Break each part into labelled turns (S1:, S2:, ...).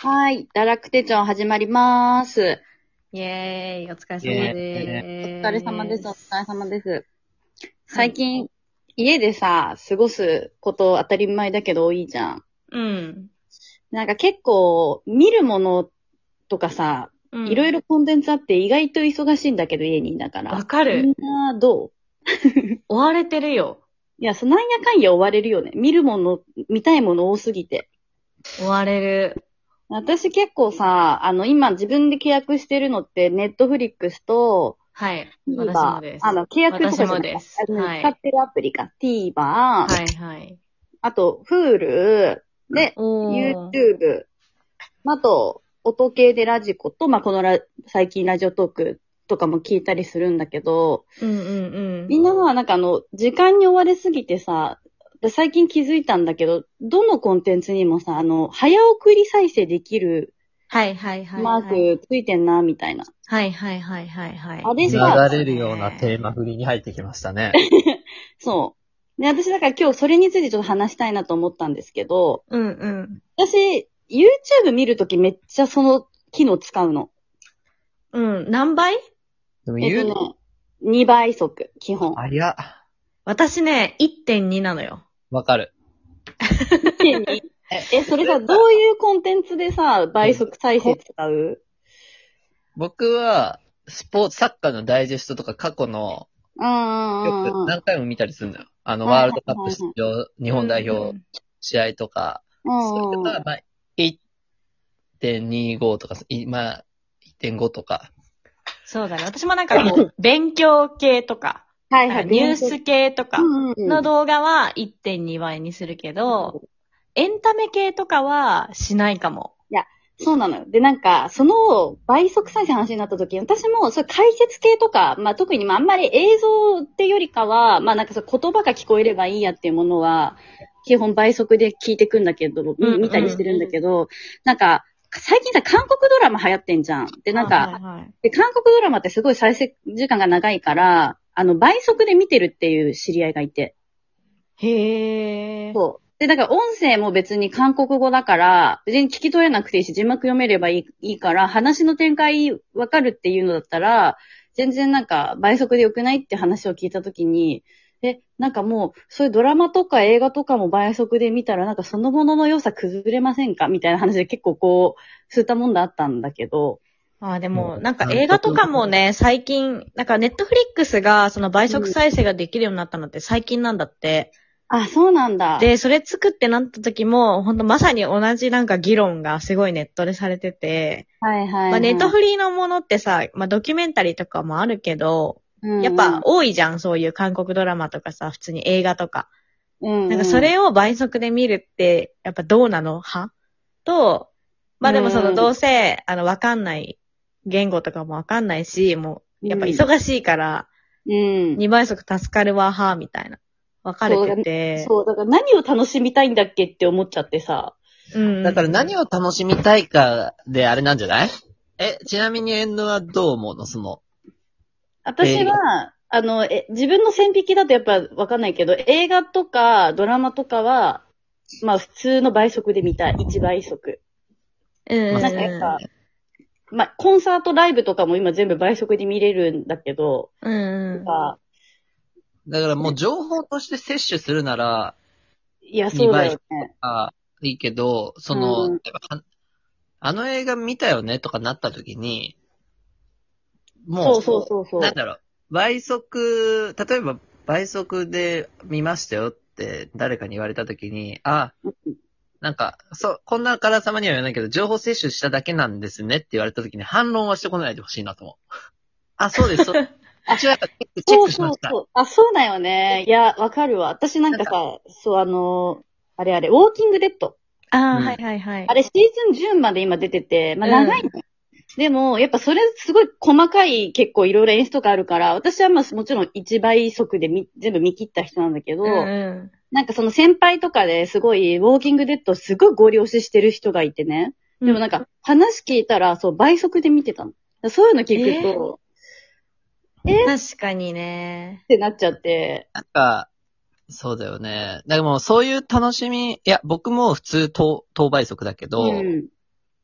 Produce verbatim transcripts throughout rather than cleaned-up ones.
S1: はい。堕落手帳始まります。
S2: イェーイ、お疲れ様で
S1: お疲れ様です。お疲れ様です。最近、はい、家でさ、過ごすこと当たり前だけど多いじゃん。
S2: うん。
S1: なんか結構、見るものとかさ、うん、いろいろコンテンツあって意外と忙しいんだけど家にいながら。
S2: わかる。
S1: みんなどう
S2: 追われてるよ。
S1: いや、そなんやかんや追われるよね。見るもの、見たいもの多すぎて。
S2: 追われる。
S1: 私結構さ、あの、今自分で契約してるのって、ネットフリックスと、
S2: はい。
S1: TVer、
S2: 私もです。
S1: あの、契約とかじゃない。
S2: 私もです。はい。
S1: 使ってるアプリか。TVer、
S2: はいはい。
S1: あと、Hulu、で、YouTube、あと、音系でラジコと、まあ、このラ、最近ラジオトークとかも聞いたりするんだけど、
S2: うんうんうん。
S1: みんなはなんかあの、時間に追われすぎてさ、最近気づいたんだけど、どのコンテンツにもさ、あの、早送り再生できる、
S2: はいはいはい、
S1: マークついてんな、みたいな。
S2: はいはいはいはいはい。
S1: あれ
S3: さ、流れるようなテーマ振りに入ってきましたね。
S1: そう。で、私だから今日それについてちょっと話したいなと思ったんですけど、
S2: うんうん。
S1: 私、YouTube 見るときめっちゃその機能使うの。
S2: うん、何倍
S3: でも
S1: えっとね、にばい速、基本。
S3: ありゃ。
S2: 私ね、いってんに なのよ。
S3: わかる。
S1: いってんに え、それさ、どういうコンテンツでさ、倍速再生使う？
S3: 僕は、スポーツ、サッカーのダイジェストとか過去の、よく何回も見たりするんだよ。あの、ワールドカップ出場、日本代表、試合とか、それが、まあ、いってんにご とか、まあ、いってんご とか。
S2: そうだね。私もなんかこう、勉強系とか、はいはい、ニュース系とかの動画は いってんに 倍にするけど、エンタメ系とかはしないかも。
S1: いや、そうなのよ。で、なんか、その倍速再生の話になった時、私もそれ解説系とか、まあ特にまああんまり映像ってよりかは、まあなんかそう言葉が聞こえればいいやっていうものは、基本倍速で聞いてくんだけど、見見たりしてるんだけど、なんか、最近さ、韓国ドラマ流行ってんじゃん。で、なんか、はいはいはい、で韓国ドラマってすごい再生時間が長いから、あの、倍速で見てるっていう知り合いがいて。
S2: へー。
S1: そう。で、だから音声も別に韓国語だから、別に聞き取れなくていいし、字幕読めればいい、いいから、話の展開わかるっていうのだったら、全然なんか倍速で良くないって話を聞いたときに、え、なんかもう、そういうドラマとか映画とかも倍速で見たら、なんかそのものの良さ崩れませんかみたいな話で結構こう、吸ったもんだあったんだけど。
S2: ああ、でも、なんか映画とかもね、最近、なんかネットフリックスがその倍速再生ができるようになったのって最近なんだって。
S1: うん、あ、そうなんだ。
S2: で、それ作ってなった時も、ほんとまさに同じなんか議論がすごいネットでされてて。
S1: はいはい、はい。
S2: まあネットフリーのものってさ、まあドキュメンタリーとかもあるけど、うんうん、やっぱ多いじゃん、そういう韓国ドラマとかさ、普通に映画とか。うんうん、なんかそれを倍速で見るって、やっぱどうなの派と、まあでもそのどうせ、あの、わかんない言語とかもわかんないし、もう、やっぱ忙しいから、うん。にばい速助かるわ、は、みたいな。分かれてて。
S1: そう、だから何を楽しみたいんだっけって思っちゃってさ。
S3: うん。だから何を楽しみたいかであれなんじゃない？え、ちなみにエンドはどう思うの？その。
S1: 私は、あの、え、自分の線引きだとやっぱわかんないけど、映画とかドラマとかは、まあ普通の倍速で見たい。いちばい速。うん。なんかやっぱ、まあコンサートライブとかも今全部倍速で見れるんだけど、うん。なんか
S3: だからもう情報として摂取するなら、
S1: いや、そうだよね。
S3: あいいけど、その、うん、あの映画見たよねとかなった時に、もう、そうそうそうそう。なんだろう、倍速、例えば倍速で見ましたよって誰かに言われた時に、あ、なんか、そう、こんなからさまには言わないけど、情報摂取しただけなんですねって言われた時に反論はしてこないでほしいなと思う。あ、そうです、そうです。一応やっぱチェックしました。
S1: そうそうそう。あ、そうだよね。いや、わかるわ。私なんかさ、なんかそう、あの、あれあれ、ウォーキングデッド。
S2: ああ、うん、はいはいはい。
S1: あれシーズンじゅうまで今出てて、まあ長い、ね。うん、でも、やっぱそれすごい細かい結構いろいろ演出とかあるから、私はまあもちろんいちばい速でみ全部見切った人なんだけど、うんうん、なんかその先輩とかですごいウォーキングデッドすごいご利押ししてる人がいてね。でもなんか話聞いたら、そう倍速で見てたの。そういうの聞くと、
S2: えー、確かにね。
S1: ってなっちゃって。
S3: なんか、そうだよね。だからもうそういう楽しみ、いや、僕も普通等、等倍速だけど、うん、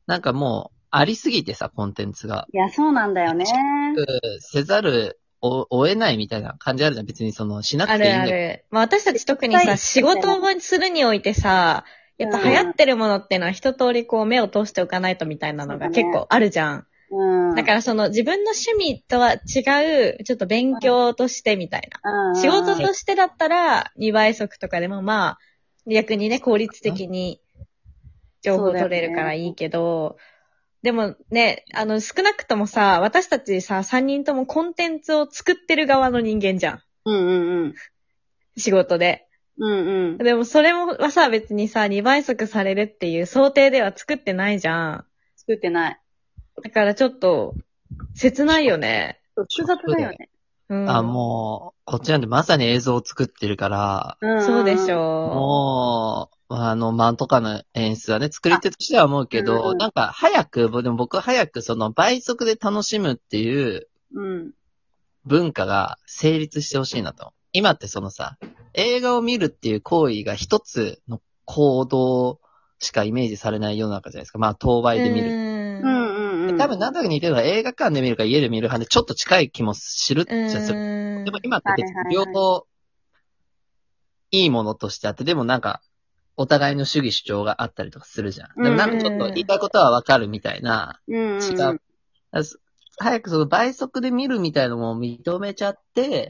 S3: なんかもう、ありすぎてさ、コンテンツが。
S1: いや、そうなんだよね。
S3: せざるを得ないみたいな感じあるじゃん。別にその、しなくていいんだけど。
S2: あるある。まあ私たち特にさ、仕事をするにおいてさ、やっぱ流行ってるものっていうのは一通りこう目を通しておかないとみたいなのが結構あるじゃん。
S1: うん、
S2: だからその自分の趣味とは違う、ちょっと勉強としてみたいな。
S1: うん、
S2: 仕事としてだったらにばい速とかでもまあ、逆にね、効率的に情報取れるからいいけど、でもね、あの少なくともさ、私たちさ、さんにんともコンテンツを作ってる側の人間じゃん。
S1: うんうんうん。
S2: 仕事で。
S1: うんうん。
S2: でもそれもはさ、別にさ、にばい速されるっていう想定では作ってないじゃん。
S1: 作ってない。
S2: だからちょっと、切ないよね。
S1: 複雑だよね。
S3: うん、あ、もう、こっちなんでまさに映像を作ってるから、
S2: うん、そうでしょう。
S3: もう、あの、間とかの演出はね、作り手としては思うけど、うん、なんか早く、でも僕は早くその倍速で楽しむっていう文化が成立してほしいなと。今ってそのさ、映画を見るっていう行為が一つの行動しかイメージされない世の中じゃないですか。まあ、当倍で見る。
S1: うんうんうん。
S3: 多分なんとなく似てるのは映画館で見るか家で見る派でちょっと近い気もするっちゃする。でも今って別に両方いいものとしてあって、でもなんかお互いの主義主張があったりとかするじゃん。でもなんかちょっと言いたいことはわかるみたいな。
S1: うんうん、
S3: 違う。早くその倍速で見るみたいなのも認めちゃって、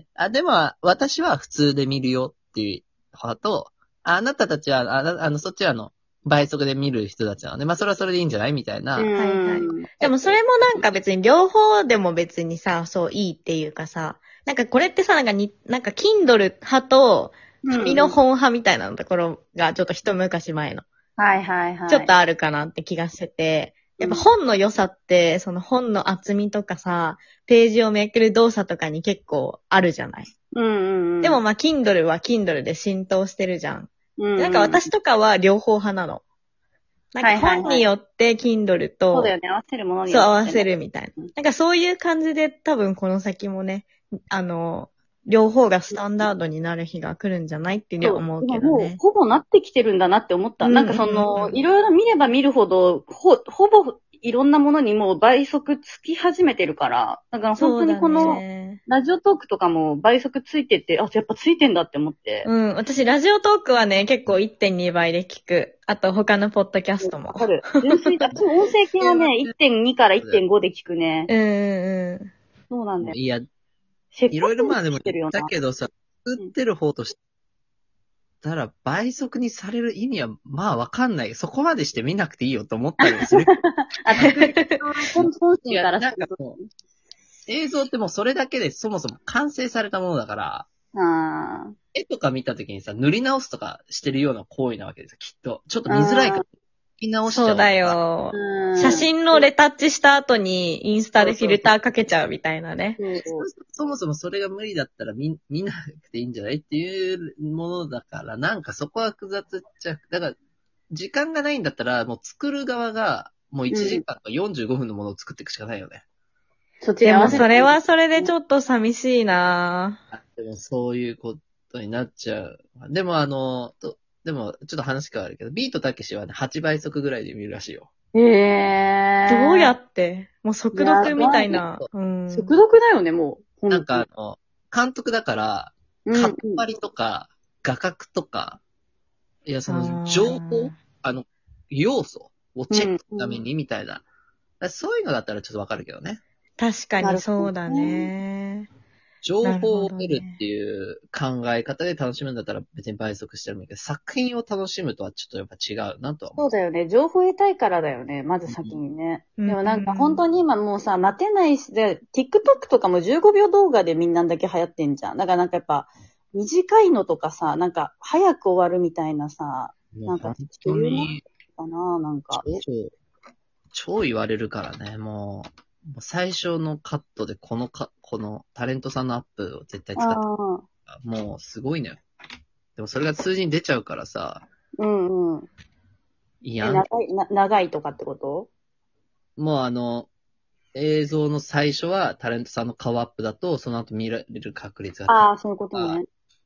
S3: あ、でも私は普通で見るよっていう派と、あなたたちは、あ, あの、そっちはあの、倍速で見る人たちなので、まあそれはそれでいいんじゃないみたいな。はい
S2: はい。でもそれもなんか別に両方でも別にさ、そういいっていうかさ、なんかこれってさ、なんかに、なんか Kindle 派と紙の本派みたいなところがちょっと一昔前の。
S1: はいはいはい。
S2: ちょっとあるかなって気がしてて、やっぱ本の良さって、その本の厚みとかさ、ページをめくる動作とかに結構あるじゃない。
S1: うんうんうん。
S2: でもまあ Kindle は Kindle で浸透してるじゃん。うんうん、なんか私とかは両方派なの。なんか本によって Kindle と、
S1: そうだよね、合わせるものに
S2: よって、そう合わせるみたいな。なんかそういう感じで多分この先もね、あの、両方がスタンダードになる日が来るんじゃないっていうのは思うけどね。
S1: もうほぼなってきてるんだなって思った。うんうんうん、なんかその、いろいろ見れば見るほど、ほ、ほぼいろんなものにもう倍速つき始めてるから、だから本当にこの、ラジオトークとかも倍速ついてて、あ、やっぱついてんだって思って。
S2: うん、私ラジオトークはね、結構 いってんに 倍で聞く。あと他のポッドキャストも。
S1: わかる。純粋だ。音声系はね、いってんに からいってんごで聞くね。
S2: うんうん。
S1: そうなんだよ。
S3: いや、いろいろまあでも言ったけどさ、作ってる方としたら倍速にされる意味はまあわかんない。そこまでして見なくていいよと思ったりもする。
S1: あ、本心から
S3: なんかもう、映像ってもうそれだけでそもそも完成されたものだから、
S1: あ
S3: 絵とか見たときにさ、塗り直すとかしてるような行為なわけですよ、きっと。ちょっと見づらいから。直しちゃう
S2: そうだよ。写真のレタッチした後にインスタでフィルターかけちゃうみたいなね。
S3: そうそうそうそもそもそれが無理だったら見、見なくていいんじゃないっていうものだから、なんかそこは複雑っちゃ、だから、時間がないんだったら、もう作る側が、もういちじかんかよんじゅうごふんのものを作っていくしかないよね。
S2: うん、でもそれはそれでちょっと寂しいなぁ。
S3: でもそういうことになっちゃう。でもあの、とでも、ちょっと話変わるけど、ビートたけしはね、はちばい速ぐらいで見るらしいよ。
S1: へえー。
S2: どうやってもう速読みたいな。
S1: うん、速読だよね、も
S3: う。なんかあの、監督だから、カッパリとか、画角とか、いや、その、情報、あの、要素をチェックするためにみたいな。うん、そういうのだったらちょっとわかるけどね。
S2: 確かにそうだね。
S3: 情報を得るっていう考え方で楽しむんだったら別に倍速してるんだけど、作品を楽しむとはちょっとやっぱ違うなとは思う。
S1: そうだよね。情報得たいからだよね。まず先にね。うん、でもなんか本当に今もうさ、待てないし、で、TikTok とかもじゅうごびょう動画でみんなだけ流行ってんじゃん。だからなんかやっぱ、短いのとかさ、なんか早く終わるみたいなさ、なんか、
S3: 本当に、
S1: かな、なんか。
S3: 超、超言われるからね、もう。最初のカットでこのか、このタレントさんのアップを絶対使って、もうすごいのよ。でもそれが数字に出ちゃうからさ。
S1: うんうん。いや。長い、な、長いとかってこと？
S3: もうあの、映像の最初はタレントさんの顔アップだと、その後見られる確率が。
S1: ああ、そういうことね。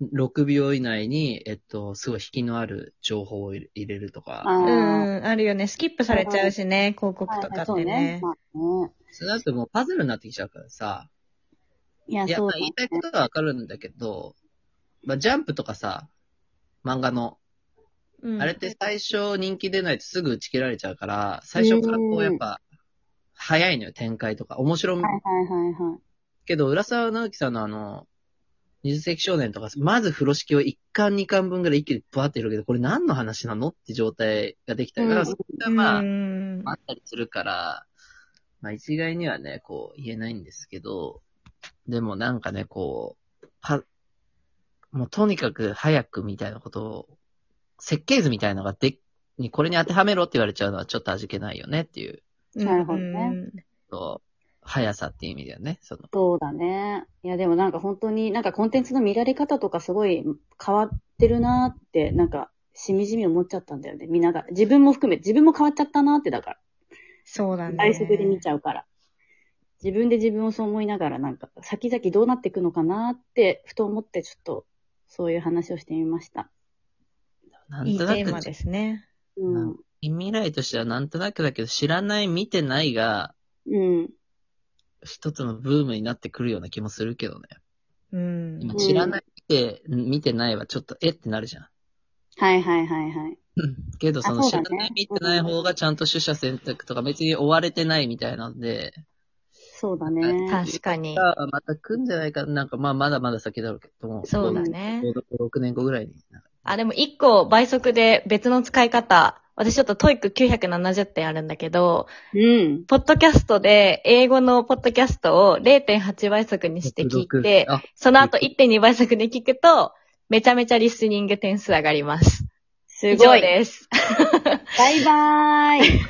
S3: ろくびょう以内に、えっと、すごい引きのある情報を入れるとか。
S2: うん、あるよね。スキップされちゃうしね、広告とかってね。はいはい、そうね。まあ
S3: ね。それだともうパズルになってきちゃうからさ。
S1: いや、いやそう、ね、
S3: 言いたいことはわかるんだけど、まあ、ジャンプとかさ、漫画の、うん、あれって最初人気出ないとすぐ打ち切られちゃうから、最初からこうやっぱ、早いのよ、展開とか。面白み。
S1: はいはいはいはい。
S3: けど、浦沢直樹さんのあの、二十世紀少年とか、まず風呂敷を一巻二巻分ぐらい一気にバーっているけど、これ何の話なのって状態ができたから、うん、それがまあ、あったりするから、まあ一概にはね、こう言えないんですけど、でもなんかね、こう、は、もうとにかく早くみたいなことを、設計図みたいなのがで、にこれに当てはめろって言われちゃうのはちょっと味気ないよねっていう。
S1: なるほどね。
S3: そう。速さっていう意味だよね。その。
S1: そうだね。いやでもなんか本当になんかコンテンツの見られ方とかすごい変わってるなーって、なんかしみじみ思っちゃったんだよね。見ながら。自分も含めて自分も変わっちゃったなーってだから。
S2: そうだね。
S1: 倍速で見ちゃうから。自分で自分をそう思いながらなんか先々どうなっていくのかなーってふと思ってちょっとそういう話をしてみました。
S2: いいテーマですね。
S3: うん。未来としてはなんとなくだけど知らない見てないが、
S1: うん。
S3: 一つのブームになってくるような気もするけどね。
S2: うん。
S3: 今知らない見て、うん、見てないはちょっとえってなるじゃん。
S1: はいはいはいはい。
S3: けどその知らない、ね、見てない方がちゃんと取捨選択とか別に追われてないみたいなので。
S1: そうだね。
S2: 確かに。
S3: また来んじゃないかなんかまあまだまだ先だろうけども。
S2: そうだね。
S3: ろくねんごぐらいに。
S2: あ、でも一個倍速で別の使い方。私ちょっとトイックきゅうひゃくななじゅってんあるんだけど、
S1: うん。
S2: ポッドキャストで英語のポッドキャストを れいてんはち 倍速にして聞いて、その後 いってんに 倍速で聞くと、めちゃめちゃリスニング点数上がります。
S1: すごい。
S2: 以上です。
S1: バイバーイ。